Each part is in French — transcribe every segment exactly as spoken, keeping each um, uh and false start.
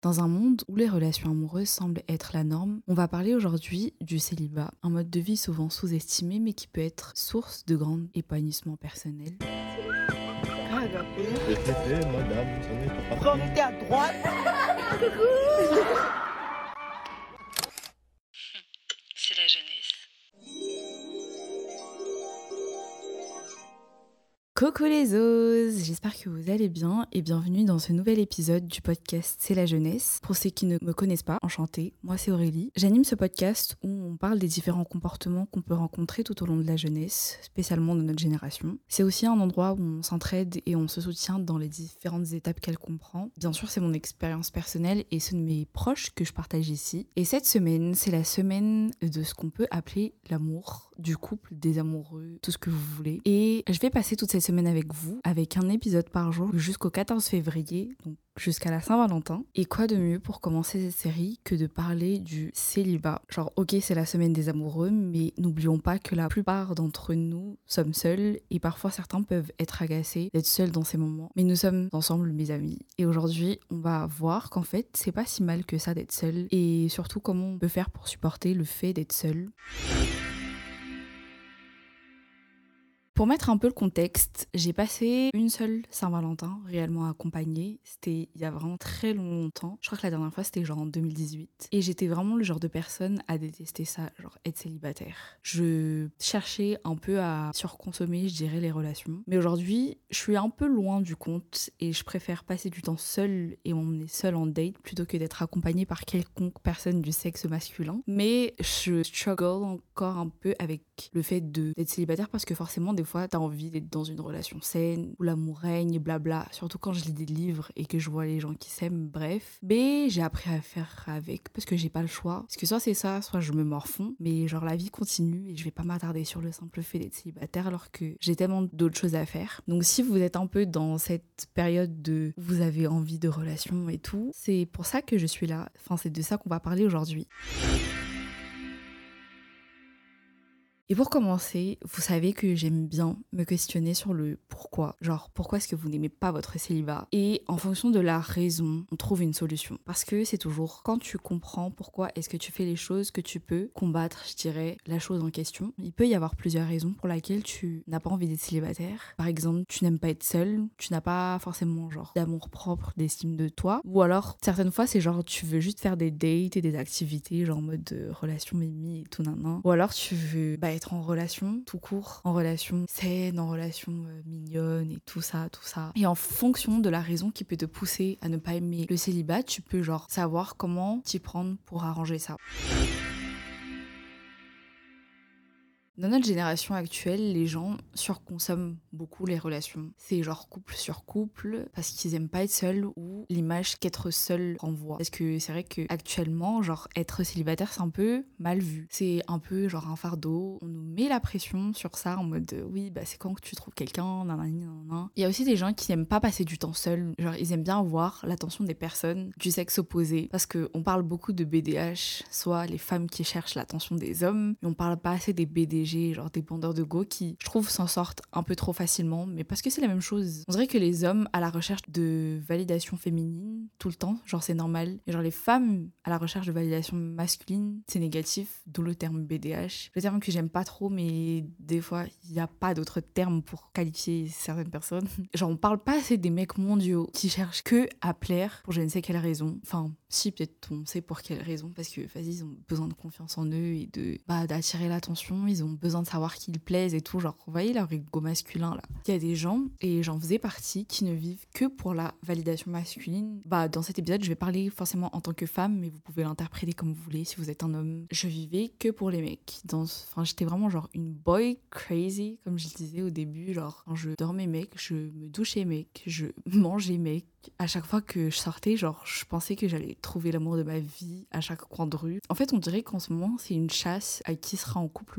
Dans un monde où les relations amoureuses semblent être la norme, on va parler aujourd'hui du célibat, un mode de vie souvent sous-estimé mais qui peut être source de grand épanouissement personnel. Répétez, madame, ce n'est pas parti. Remontez à droite. C'est la jeunesse. Coucou les os, j'espère que vous allez bien et bienvenue dans ce nouvel épisode du podcast C'est la jeunesse. Pour ceux qui ne me connaissent pas, enchantée, moi c'est Aurélie. J'anime ce podcast où on parle des différents comportements qu'on peut rencontrer tout au long de la jeunesse, spécialement de notre génération. C'est aussi un endroit où on s'entraide et on se soutient dans les différentes étapes qu'elle comprend. Bien sûr, c'est mon expérience personnelle et ceux de mes proches que je partage ici. Et cette semaine, c'est la semaine de ce qu'on peut appeler l'amour, du couple, des amoureux, tout ce que vous voulez. Et je vais passer toute cette semaine avec vous, avec un épisode par jour jusqu'au quatorze février, donc jusqu'à la Saint-Valentin. Et quoi de mieux pour commencer cette série que de parler du célibat. Genre, ok, c'est la semaine des amoureux, mais n'oublions pas que la plupart d'entre nous sommes seuls et parfois certains peuvent être agacés d'être seuls dans ces moments. Mais nous sommes ensemble, mes amis. Et aujourd'hui, on va voir qu'en fait, c'est pas si mal que ça d'être seul et surtout comment on peut faire pour supporter le fait d'être seul. Pour mettre un peu le contexte, j'ai passé une seule Saint-Valentin réellement accompagnée. C'était il y a vraiment très longtemps. Je crois que la dernière fois, c'était genre en deux mille dix-huit. Et j'étais vraiment le genre de personne à détester ça, genre être célibataire. Je cherchais un peu à surconsommer, je dirais, les relations. Mais aujourd'hui, je suis un peu loin du compte et je préfère passer du temps seule et m'emmener seule en date plutôt que d'être accompagnée par quelconque personne du sexe masculin. Mais je struggle encore un peu avec le fait de, d'être célibataire parce que forcément, des fois, t'as envie d'être dans une relation saine où l'amour règne, blabla. Surtout quand je lis des livres et que je vois les gens qui s'aiment, bref. Mais j'ai appris à faire avec parce que j'ai pas le choix. Parce que soit c'est ça, soit je me morfonds. Mais genre, la vie continue et je vais pas m'attarder sur le simple fait d'être célibataire alors que j'ai tellement d'autres choses à faire. Donc si vous êtes un peu dans cette période de vous avez envie de relations et tout, c'est pour ça que je suis là. Enfin, c'est de ça qu'on va parler aujourd'hui. Et pour commencer, vous savez que j'aime bien me questionner sur le pourquoi. Genre, pourquoi est-ce que vous n'aimez pas votre célibat ? Et en fonction de la raison, on trouve une solution. Parce que c'est toujours quand tu comprends pourquoi est-ce que tu fais les choses que tu peux combattre, je dirais, la chose en question. Il peut y avoir plusieurs raisons pour lesquelles tu n'as pas envie d'être célibataire. Par exemple, tu n'aimes pas être seul, tu n'as pas forcément genre d'amour propre, d'estime de toi. Ou alors, certaines fois, c'est genre tu veux juste faire des dates et des activités, genre en mode de relation mimi et tout nanan. Ou alors tu veux bah, être en relation tout court, en relation saine, en relation euh, mignonne et tout ça, tout ça. Et en fonction de la raison qui peut te pousser à ne pas aimer le célibat, tu peux genre savoir comment t'y prendre pour arranger ça. Dans notre génération actuelle, les gens surconsomment beaucoup les relations. C'est genre couple sur couple parce qu'ils aiment pas être seuls ou l'image qu'être seul renvoie. Parce que c'est vrai que actuellement, genre être célibataire, c'est un peu mal vu. C'est un peu genre un fardeau. On nous met la pression sur ça en mode euh, oui, bah c'est quand que tu trouves quelqu'un, nanani, nanana. Il y a aussi des gens qui n'aiment pas passer du temps seuls. Genre ils aiment bien avoir l'attention des personnes du sexe opposé. Parce qu'on parle beaucoup de B D H, soit les femmes qui cherchent l'attention des hommes, mais on parle pas assez des B D G, genre des bandeurs de go qui, je trouve, s'en sortent un peu trop facilement, mais parce que c'est la même chose. On dirait que les hommes à la recherche de validation féminine tout le temps, genre c'est normal, et genre les femmes à la recherche de validation masculine, c'est négatif, d'où le terme B D H. Le terme que j'aime pas trop, mais des fois, il n'y a pas d'autre terme pour qualifier certaines personnes. Genre on parle pas assez des mecs mondiaux qui cherchent que à plaire pour je ne sais quelle raison. Enfin, si peut-être on sait pour quelle raison, parce que vas-y, ils ont besoin de confiance en eux et de bah, d'attirer l'attention, ils ont besoin de savoir qu'ils plaisent et tout, genre vous voyez leur ego masculin là. Il y a des gens, et j'en faisais partie, qui ne vivent que pour la validation masculine. Bah dans cet épisode je vais parler forcément en tant que femme, mais vous pouvez l'interpréter comme vous voulez si vous êtes un homme. Je vivais que pour les mecs. Dans... Enfin j'étais vraiment genre une boy crazy, comme je le disais au début, genre quand je dormais mec, je me douchais mec, je mangeais mec. À chaque fois que je sortais, genre, je pensais que j'allais trouver l'amour de ma vie à chaque coin de rue. En fait, on dirait qu'en ce moment, c'est une chasse à qui sera en couple le premier.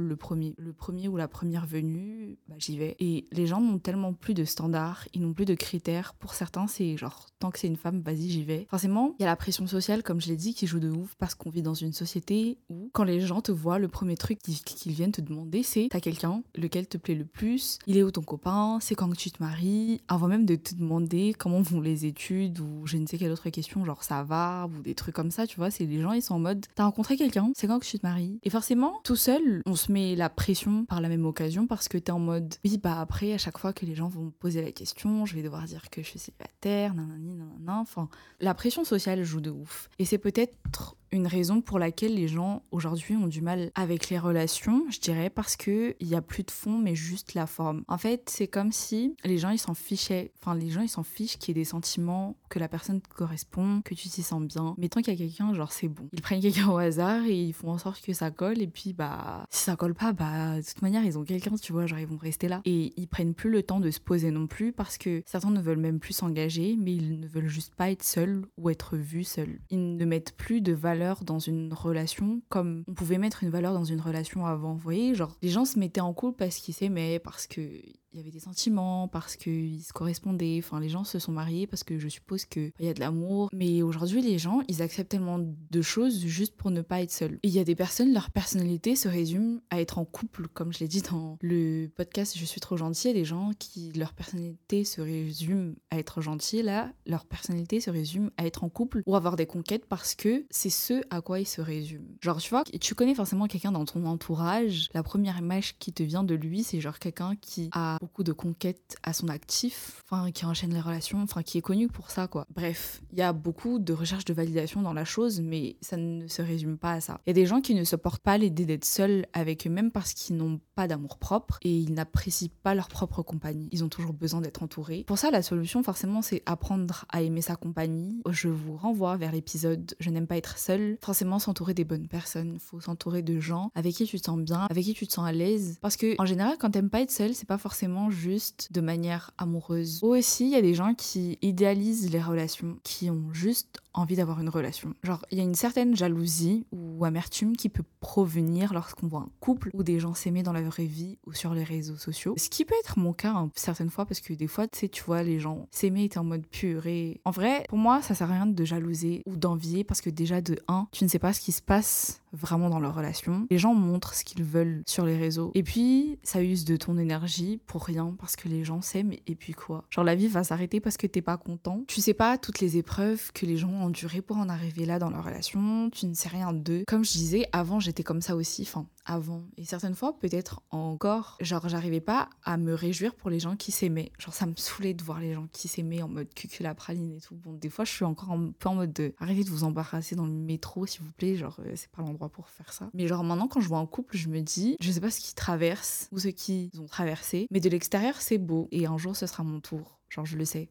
premier. Le premier ou la première venue, bah, j'y vais. Et les gens n'ont tellement plus de standards, ils n'ont plus de critères. Pour certains, c'est genre, tant que c'est une femme, vas-y, j'y vais. Forcément, il y a la pression sociale, comme je l'ai dit, qui joue de ouf parce qu'on vit dans une société où, quand les gens te voient, le premier truc qu'ils, qu'ils viennent te demander, c'est t'as quelqu'un, lequel te plaît le plus, il est où ton copain, c'est quand que tu te maries, avant même de te demander comment vont les études ou je ne sais quelle autre question, genre ça va, ou des trucs comme ça, tu vois, c'est les gens, ils sont en mode t'as rencontré quelqu'un, c'est quand que tu te maries. Et forcément, tout seul, on se met la pression par la même occasion parce que t'es en mode oui, bah après, à chaque fois que les gens vont me poser la question, je vais devoir dire que je suis célibataire, nanani, nanana, enfin, la pression sociale joue de ouf. Et c'est peut-être une raison pour laquelle les gens aujourd'hui ont du mal avec les relations, je dirais, parce que il y a plus de fond, mais juste la forme. En fait, c'est comme si les gens ils s'en fichaient, enfin les gens ils s'en fichent qu'il y ait des sentiments, que la personne te correspond, que tu t'y sens bien. Mais tant qu'il y a quelqu'un, genre c'est bon. Ils prennent quelqu'un au hasard et ils font en sorte que ça colle, et puis bah si ça colle pas, bah de toute manière ils ont quelqu'un, tu vois, genre ils vont rester là. Et ils prennent plus le temps de se poser non plus parce que certains ne veulent même plus s'engager, mais ils ne veulent juste pas être seuls ou être vus seuls. Ils ne mettent plus de valeur dans une relation comme on pouvait mettre une valeur dans une relation avant. Vous voyez, genre les gens se mettaient en couple parce qu'ils s'aimaient, parce que il y avait des sentiments, parce qu'ils se correspondaient. Enfin, les gens se sont mariés parce que je suppose qu'il y a de l'amour. Mais aujourd'hui, les gens, ils acceptent tellement de choses juste pour ne pas être seuls. Et il y a des personnes, leur personnalité se résume à être en couple. Comme je l'ai dit dans le podcast Je suis trop gentil, il y a des gens qui, leur personnalité se résume à être gentil. Là, leur personnalité se résume à être en couple ou avoir des conquêtes parce que c'est ce à quoi ils se résument. Genre, tu vois, tu connais forcément quelqu'un dans ton entourage. La première image qui te vient de lui, c'est genre quelqu'un qui a beaucoup de conquêtes à son actif, enfin qui enchaîne les relations, enfin qui est connu pour ça quoi. Bref, il y a beaucoup de recherche de validation dans la chose, mais ça ne se résume pas à ça. Il y a des gens qui ne supportent pas l'idée d'être seuls avec eux-mêmes parce qu'ils n'ont pas d'amour propre et ils n'apprécient pas leur propre compagnie. Ils ont toujours besoin d'être entourés. Pour ça, la solution forcément, c'est apprendre à aimer sa compagnie. Je vous renvoie vers l'épisode Je n'aime pas être seul. Forcément, s'entourer des bonnes personnes. Faut s'entourer de gens avec qui tu te sens bien, avec qui tu te sens à l'aise. Parce que en général, quand t'aimes pas être seul, c'est pas forcément juste de manière amoureuse. Ou aussi, il y a des gens qui idéalisent les relations, qui ont juste envie d'avoir une relation. Genre, il y a une certaine jalousie ou amertume qui peut provenir lorsqu'on voit un couple ou des gens s'aimer dans la vraie vie ou sur les réseaux sociaux. Ce qui peut être mon cas hein, certaines fois, parce que des fois, tu sais, tu vois, les gens s'aimer et t'es en mode purée. En vrai, pour moi, ça sert à rien de jalouser ou d'envier parce que déjà, de un, tu ne sais pas ce qui se passe vraiment dans leur relation. Les gens montrent ce qu'ils veulent sur les réseaux. Et puis, ça use de ton énergie pour rien parce que les gens s'aiment et puis quoi. Genre, la vie va s'arrêter parce que t'es pas content. Tu sais pas toutes les épreuves que les gens ont endurées pour en arriver là dans leur relation. Tu ne sais rien d'eux. Comme je disais, avant, j'étais comme ça aussi. Enfin, avant. Et certaines fois, peut-être encore, genre, j'arrivais pas à me réjouir pour les gens qui s'aimaient. Genre, ça me saoulait de voir les gens qui s'aimaient en mode cucul à praline et tout. Bon, des fois, je suis encore un peu en mode de arrêtez de vous embarrasser dans le métro, s'il vous plaît. Genre, euh, c'est pas l'endroit pour faire ça. Mais genre, maintenant, quand je vois un couple, je me dis, je sais pas ce qu'ils traversent ou ce qu'ils ont traversé, mais de l'extérieur, c'est beau. Et un jour, ce sera mon tour. Genre, je le sais.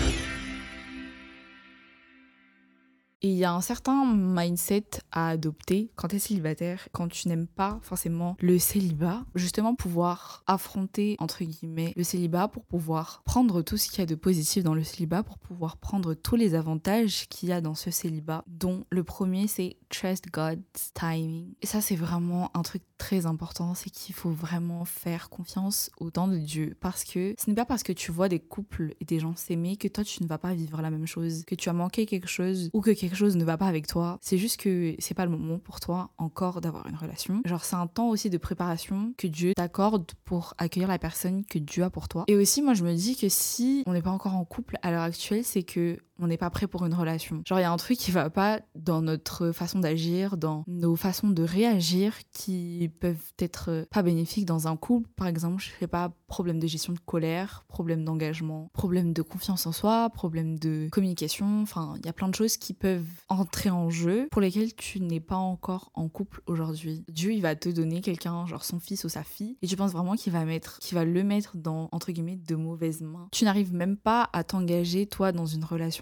Et il y a un certain mindset à adopter quand tu es célibataire, quand tu n'aimes pas forcément le célibat, justement pouvoir affronter, entre guillemets, le célibat pour pouvoir prendre tout ce qu'il y a de positif dans le célibat, pour pouvoir prendre tous les avantages qu'il y a dans ce célibat, dont le premier, c'est trust God's timing. Et ça, c'est vraiment un truc très important, c'est qu'il faut vraiment faire confiance au temps de Dieu, parce que ce n'est pas parce que tu vois des couples et des gens s'aimer que toi, tu ne vas pas vivre la même chose, que tu as manqué quelque chose ou que quelque chose ne va pas avec toi. C'est juste que c'est pas le moment pour toi encore d'avoir une relation. Genre, c'est un temps aussi de préparation que Dieu t'accorde pour accueillir la personne que Dieu a pour toi. Et aussi, moi, je me dis que si on n'est pas encore en couple à l'heure actuelle, c'est que on n'est pas prêt pour une relation. Genre, il y a un truc qui va pas dans notre façon d'agir, dans nos façons de réagir qui peuvent être pas bénéfiques dans un couple. Par exemple, je sais pas, problème de gestion de colère, problème d'engagement, problème de confiance en soi, problème de communication. Enfin, il y a plein de choses qui peuvent entrer en jeu pour lesquelles tu n'es pas encore en couple aujourd'hui. Dieu, il va te donner quelqu'un, genre son fils ou sa fille, et tu penses vraiment qu'il va mettre, qu'il va le mettre dans, entre guillemets, de mauvaises mains. Tu n'arrives même pas à t'engager, toi, dans une relation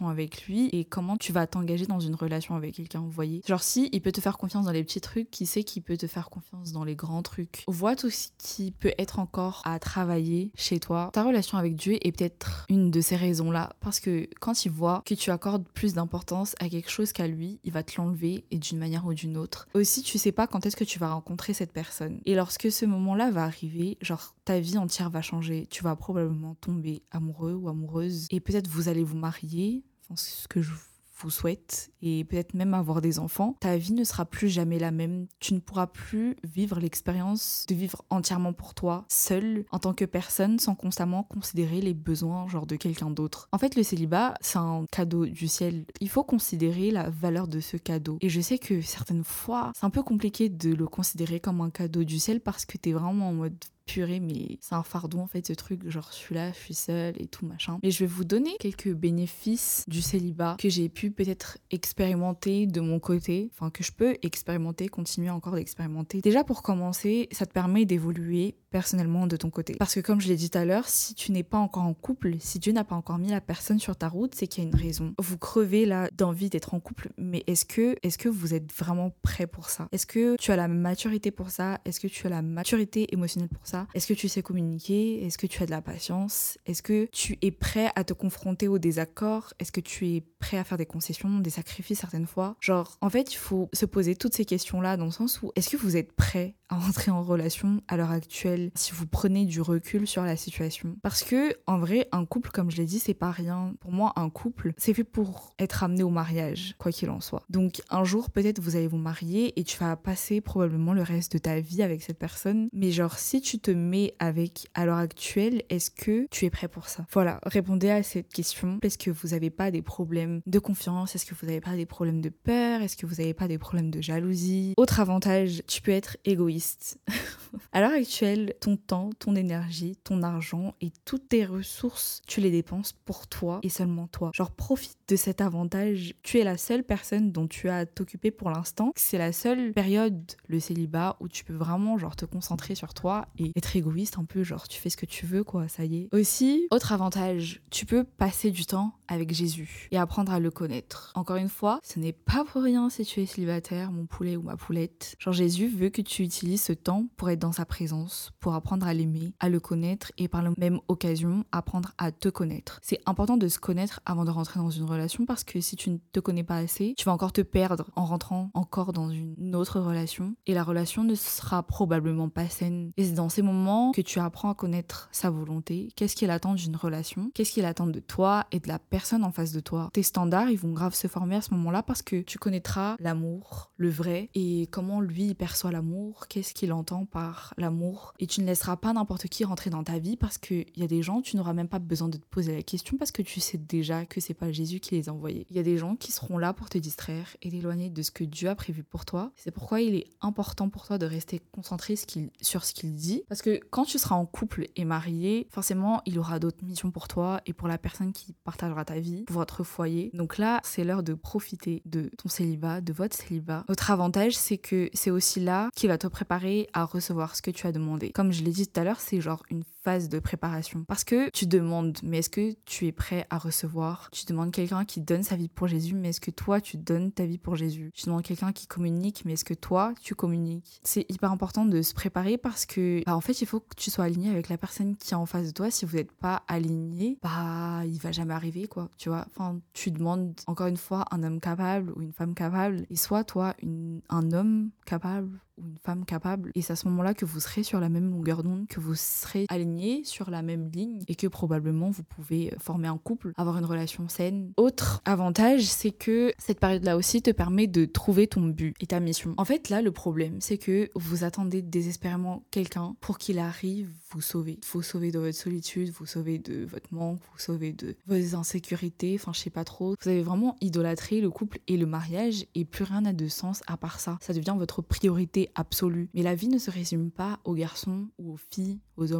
relation avec lui et comment tu vas t'engager dans une relation avec quelqu'un, vous voyez. Genre si il peut te faire confiance dans les petits trucs, qui sait qu'il peut te faire confiance dans les grands trucs. Vois tout ce qui peut être encore à travailler chez toi. Ta relation avec Dieu est peut-être une de ces raisons-là, parce que quand il voit que tu accordes plus d'importance à quelque chose qu'à lui, il va te l'enlever et d'une manière ou d'une autre. Aussi, tu sais pas quand est-ce que tu vas rencontrer cette personne. Et lorsque ce moment-là va arriver, genre ta vie entière va changer. Tu vas probablement tomber amoureux ou amoureuse et peut-être vous allez vous marier, enfin, ce que je vous souhaite, et peut-être même avoir des enfants. Ta vie ne sera plus jamais la même. Tu ne pourras plus vivre l'expérience de vivre entièrement pour toi, seule, en tant que personne, sans constamment considérer les besoins genre de quelqu'un d'autre. En fait, le célibat, c'est un cadeau du ciel. Il faut considérer la valeur de ce cadeau. Et je sais que certaines fois, c'est un peu compliqué de le considérer comme un cadeau du ciel parce que t'es vraiment en mode purée, mais c'est un fardeau en fait ce truc, genre je suis là, je suis seule et tout machin. Mais je vais vous donner quelques bénéfices du célibat que j'ai pu peut-être expérimenter de mon côté, enfin que je peux expérimenter, continuer encore d'expérimenter. Déjà pour commencer, ça te permet d'évoluer personnellement de ton côté. Parce que comme je l'ai dit tout à l'heure, si tu n'es pas encore en couple, si Dieu n'a pas encore mis la personne sur ta route, c'est qu'il y a une raison. Vous crevez là d'envie d'être en couple, mais est-ce que, est-ce que vous êtes vraiment prêt pour ça? Est-ce que tu as la maturité pour ça? Est-ce que tu as la maturité émotionnelle pour ça? Est-ce que tu sais communiquer? Est-ce que tu as de la patience? Est-ce que tu es prêt à te confronter aux désaccords? Est-ce que tu es prêt à faire des concessions, des sacrifices certaines fois? Genre, en fait, il faut se poser toutes ces questions-là dans le sens où est-ce que vous êtes prêt à entrer en relation à l'heure actuelle si vous prenez du recul sur la situation? Parce que, en vrai, un couple, comme je l'ai dit, c'est pas rien. Pour moi, un couple, c'est fait pour être amené au mariage, quoi qu'il en soit. Donc, un jour, peut-être, vous allez vous marier et tu vas passer probablement le reste de ta vie avec cette personne. Mais genre, si tu te mets avec à l'heure actuelle, est-ce que tu es prêt pour ça? Voilà, répondez à cette question. Est-ce que vous n'avez pas des problèmes de confiance? Est-ce que vous n'avez pas des problèmes de peur? Est-ce que vous n'avez pas des problèmes de jalousie? Autre avantage, tu peux être égoïste. À l'heure actuelle, ton temps, ton énergie, ton argent et toutes tes ressources, tu les dépenses pour toi et seulement toi. Genre, profite de cet avantage. Tu es la seule personne dont tu as à t'occuper pour l'instant. C'est la seule période, le célibat, où tu peux vraiment genre te concentrer sur toi et être égoïste un peu, genre tu fais ce que tu veux quoi, ça y est. Aussi, autre avantage, tu peux passer du temps avec Jésus et apprendre à le connaître. Encore une fois, ce n'est pas pour rien si tu es célibataire, mon poulet ou ma poulette. Genre Jésus veut que tu utilises ce temps pour être dans sa présence, pour apprendre à l'aimer, à le connaître et par la même occasion, apprendre à te connaître. C'est important de se connaître avant de rentrer dans une relation parce que si tu ne te connais pas assez, tu vas encore te perdre en rentrant encore dans une autre relation et la relation ne sera probablement pas saine. Et c'est dans ces moments que tu apprends à connaître sa volonté, qu'est-ce qu'il attend d'une relation, qu'est-ce qu'il attend de toi et de la personne en face de toi. Tes standards, ils vont grave se former à ce moment-là parce que tu connaîtras l'amour, le vrai, et comment lui il perçoit l'amour, qu'est-ce qu'il entend par l'amour. Et tu ne laisseras pas n'importe qui rentrer dans ta vie parce qu'il y a des gens, tu n'auras même pas besoin de te poser la question parce que tu sais déjà que c'est pas Jésus qui les a envoyés. Il y a des gens qui seront là pour te distraire et t'éloigner de ce que Dieu a prévu pour toi. C'est pourquoi il est important pour toi de rester concentré ce qu'il, sur ce qu'il dit. Parce que quand tu seras en couple et marié, forcément, il aura d'autres missions pour toi et pour la personne qui partagera ta vie, pour votre foyer. Donc là, c'est l'heure de profiter de ton célibat, de votre célibat. Autre avantage, c'est que c'est aussi là qui va te préparer à recevoir ce que tu as demandé. Comme je l'ai dit tout à l'heure, c'est genre une phase de préparation. Parce que tu demandes, mais est-ce que tu es prêt à recevoir? Tu demandes quelqu'un qui donne sa vie pour Jésus, mais est-ce que toi, tu donnes ta vie pour Jésus? Tu demandes quelqu'un qui communique, mais est-ce que toi, tu communiques? C'est hyper important de se préparer parce que, bah, en fait, il faut que tu sois aligné avec la personne qui est en face de toi. Si vous n'êtes pas aligné, bah, il va jamais arriver, quoi. Tu vois? Enfin, tu demandes, encore une fois, un homme capable ou une femme capable. Et soit, toi, une, un homme capable ou une femme capable, et c'est à ce moment-là que vous serez sur la même longueur d'onde, que vous serez alignés sur la même ligne et que probablement vous pouvez former un couple, avoir une relation saine. Autre avantage, c'est que cette période-là aussi te permet de trouver ton but et ta mission. En fait, là, le problème, c'est que vous attendez désespérément quelqu'un pour qu'il arrive vous sauver. Vous sauver de votre solitude, vous sauver de votre manque, vous sauver de vos insécurités, enfin je sais pas trop. Vous avez vraiment idolâtré le couple et le mariage et plus rien n'a de sens à part ça. Ça devient votre priorité absolue. Mais la vie ne se résume pas aux garçons ou aux filles, aux hommes, aux femmes.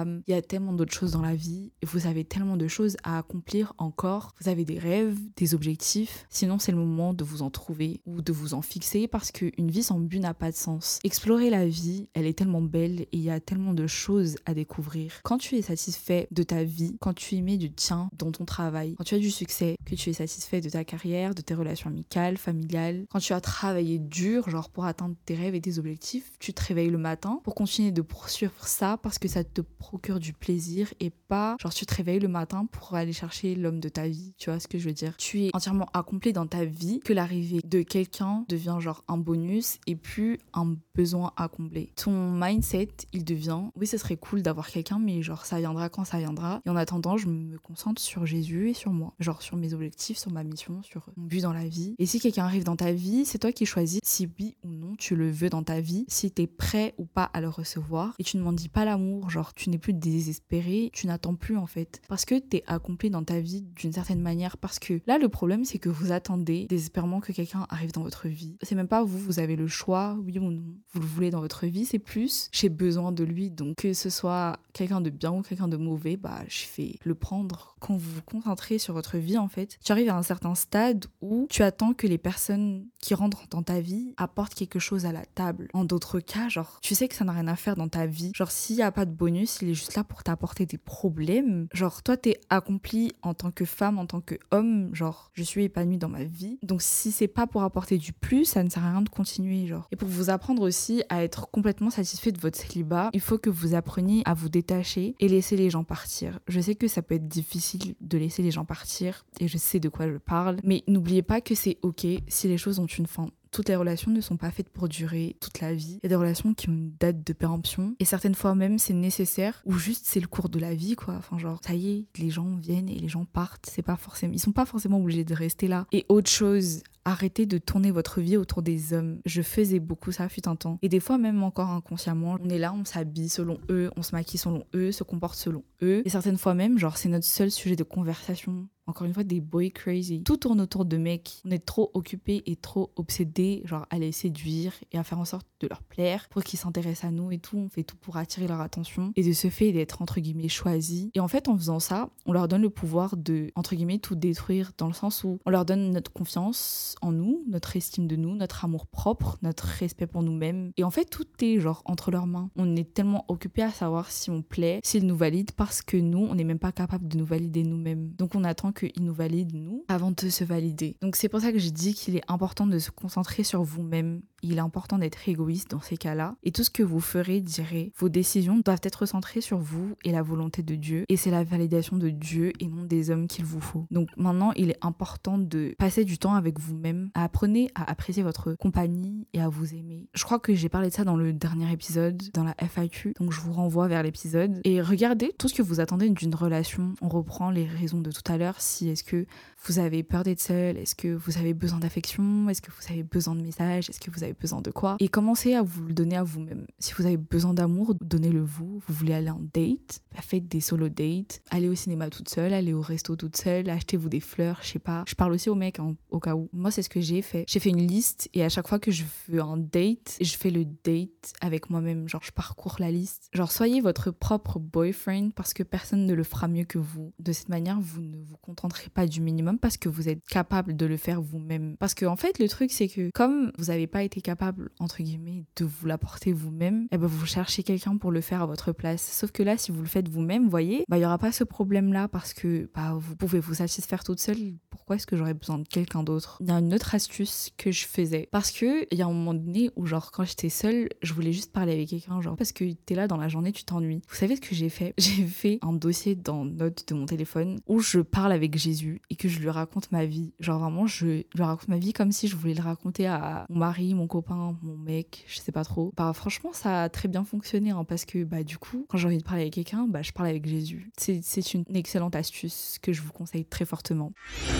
femme. Il y a tellement d'autres choses dans la vie. Et vous avez tellement de choses à accomplir encore. Vous avez des rêves, des objectifs. Sinon, c'est le moment de vous en trouver ou de vous en fixer parce qu'une vie sans but n'a pas de sens. Explorer la vie, elle est tellement belle et il y a tellement de choses à découvrir. Quand tu es satisfait de ta vie, quand tu y mets du tien dans ton travail, quand tu as du succès, que tu es satisfait de ta carrière, de tes relations amicales, familiales, quand tu as travaillé dur, genre pour atteindre tes rêves et tes objectifs, tu te réveilles le matin pour continuer de poursuivre ça parce que ça te procure du plaisir et pas genre tu te réveilles le matin pour aller chercher l'homme de ta vie, tu vois ce que je veux dire. Tu es entièrement accompli dans ta vie que l'arrivée de quelqu'un devient genre un bonus et plus un besoin à combler. Ton mindset, il devient oui, ce serait cool d'avoir quelqu'un mais genre ça viendra quand ça viendra et en attendant, je me concentre sur Jésus et sur moi, genre sur mes objectifs, sur ma mission, sur mon but dans la vie. Et si quelqu'un arrive dans ta vie, c'est toi qui choisis si oui ou non tu le veux dans ta vie, si t'es prêt ou pas à le recevoir et tu ne m'en dis pas l'amour, genre tu n'es plus désespéré, tu n'attends plus en fait parce que t'es accompli dans ta vie d'une certaine manière parce que là le problème c'est que vous attendez désespérément que quelqu'un arrive dans votre vie. C'est même pas vous, vous avez le choix, oui ou non, vous le voulez dans votre vie, c'est plus j'ai besoin de lui donc que ce soit quelqu'un de bien ou quelqu'un de mauvais, bah je fais le prendre. Quand vous vous concentrez sur votre vie en fait, tu arrives à un certain stade où tu attends que les personnes qui rentrent dans ta vie apportent quelque chose à la table. En d'autres cas, genre, tu sais que ça n'a rien à faire dans ta vie. Genre, s'il n'y a pas de bonus, il est juste là pour t'apporter des problèmes. Genre, toi, t'es accompli en tant que femme, en tant que homme. Genre, je suis épanouie dans ma vie. Donc, si c'est pas pour apporter du plus, ça ne sert à rien de continuer, genre. Et pour vous apprendre aussi à être complètement satisfait de votre célibat, il faut que vous appreniez à vous détacher et laisser les gens partir. Je sais que ça peut être difficile de laisser les gens partir et je sais de quoi je parle, mais n'oubliez pas que c'est ok si les choses ont une fin. Toutes les relations ne sont pas faites pour durer toute la vie. Il y a des relations qui ont une date de péremption et certaines fois même c'est nécessaire ou juste c'est le cours de la vie quoi. Enfin genre ça y est, les gens viennent et les gens partent. C'est pas forcément, ils sont pas forcément obligés de rester là. Et autre chose, arrêtez de tourner votre vie autour des hommes. Je faisais beaucoup ça fut un temps et des fois même encore inconsciemment. On est là, on s'habille selon eux, on se maquille selon eux, se comporte selon eux et certaines fois même genre c'est notre seul sujet de conversation. Encore une fois, des boy crazy. Tout tourne autour de mecs. On est trop occupés et trop obsédés, genre à les séduire et à faire en sorte de leur plaire pour qu'ils s'intéressent à nous et tout. On fait tout pour attirer leur attention et de ce fait d'être entre guillemets choisis. Et en fait, en faisant ça, on leur donne le pouvoir de entre guillemets tout détruire dans le sens où on leur donne notre confiance en nous, notre estime de nous, notre amour propre, notre respect pour nous-mêmes. Et en fait, tout est genre entre leurs mains. On est tellement occupés à savoir si on plaît, s'ils nous valident parce que nous, on n'est même pas capable de nous valider nous-mêmes. Donc on attend que qu'ils nous valident, nous, avant de se valider. Donc c'est pour ça que je dis qu'il est important de se concentrer sur vous-même. Il est important d'être égoïste dans ces cas-là. Et tout ce que vous ferez, direz, vos décisions doivent être centrées sur vous et la volonté de Dieu. Et c'est la validation de Dieu et non des hommes qu'il vous faut. Donc maintenant, il est important de passer du temps avec vous-même. Apprenez à apprécier votre compagnie et à vous aimer. Je crois que j'ai parlé de ça dans le dernier épisode, dans la F A Q. Donc je vous renvoie vers l'épisode. Et regardez tout ce que vous attendez d'une relation. On reprend les raisons de tout à l'heure. Si est-ce que vous avez peur d'être seul? Est-ce que vous avez besoin d'affection? Est-ce que vous avez besoin de messages? Est-ce que vous avez besoin de quoi? Et commencez à vous le donner à vous-même. Si vous avez besoin d'amour, donnez-le vous. Vous voulez aller en date? Faites des solo dates. Allez au cinéma toute seule, allez au resto toute seule, achetez-vous des fleurs, je sais pas. Je parle aussi aux mecs hein, au cas où. Moi, c'est ce que j'ai fait. J'ai fait une liste et à chaque fois que je veux un date, je fais le date avec moi-même. Genre, je parcours la liste. Genre, soyez votre propre boyfriend parce que personne ne le fera mieux que vous. De cette manière, vous ne vous contenterez pas du minimum parce que vous êtes capable de le faire vous-même. Parce que en fait, le truc, c'est que comme vous n'avez pas été capable, entre guillemets, de vous l'apporter vous-même, eh ben vous cherchez quelqu'un pour le faire à votre place. Sauf que là, si vous le faites vous-même, vous voyez, bah il y aura pas ce problème-là parce que bah vous pouvez vous satisfaire toute seule. Pourquoi est-ce que j'aurais besoin de quelqu'un d'autre? Il y a une autre astuce que je faisais parce que il y a un moment donné où genre quand j'étais seule, je voulais juste parler avec quelqu'un, genre parce que t'es là dans la journée, tu t'ennuies. Vous savez ce que j'ai fait? J'ai fait un dossier dans notes de mon téléphone où je parle avec Jésus et que je lui raconte ma vie. Genre vraiment, je lui raconte ma vie comme si je voulais le raconter à mon mari, mon copain, mon mec, je sais pas trop. Bah franchement, ça a très bien fonctionné hein, parce que bah du coup, quand j'ai envie de parler avec quelqu'un, bah je parle avec Jésus. C'est, c'est une excellente astuce que je vous conseille très fortement.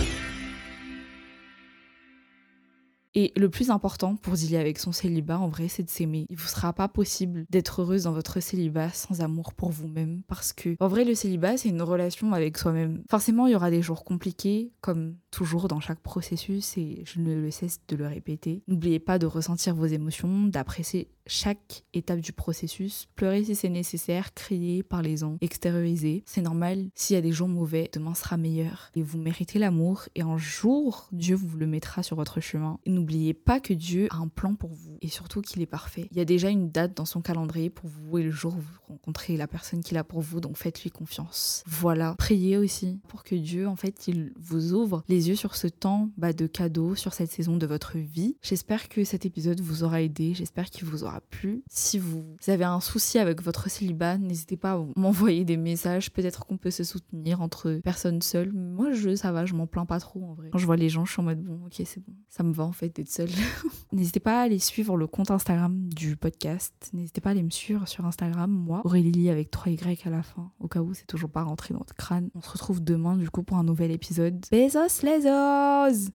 Et le plus important pour dealer avec son célibat, en vrai, c'est de s'aimer. Il vous sera pas possible d'être heureuse dans votre célibat sans amour pour vous-même parce que, en vrai, le célibat, c'est une relation avec soi-même. Forcément, il y aura des jours compliqués, comme toujours dans chaque processus et je ne le cesse de le répéter. N'oubliez pas de ressentir vos émotions, d'apprécier chaque étape du processus. Pleurez si c'est nécessaire, criez, parlez-en, extériorisez. C'est normal, s'il y a des jours mauvais, demain sera meilleur. Et vous méritez l'amour et un jour, Dieu vous le mettra sur votre chemin. Et n'oubliez pas que Dieu a un plan pour vous et surtout qu'il est parfait. Il y a déjà une date dans son calendrier pour vous et le jour où vous rencontrez la personne qu'il a pour vous, donc faites-lui confiance. Voilà, priez aussi pour que Dieu, en fait, il vous ouvre les yeux sur ce temps bah, de cadeaux, sur cette saison de votre vie. J'espère que cet épisode vous aura aidé, j'espère qu'il vous aura plu. Si vous avez un souci avec votre célibat, n'hésitez pas à m'envoyer des messages, peut-être qu'on peut se soutenir entre personnes seules. Moi, je, ça va, je m'en plains pas trop en vrai. Quand je vois les gens, je suis en mode bon, ok, c'est bon, ça me va en fait d'être seule. N'hésitez pas à aller suivre le compte Instagram du podcast, n'hésitez pas à aller me suivre sur Instagram, moi, Aurélie avec trois Y à la fin, au cas où c'est toujours pas rentré dans votre crâne. On se retrouve demain du coup pour un nouvel épisode. Besos les os!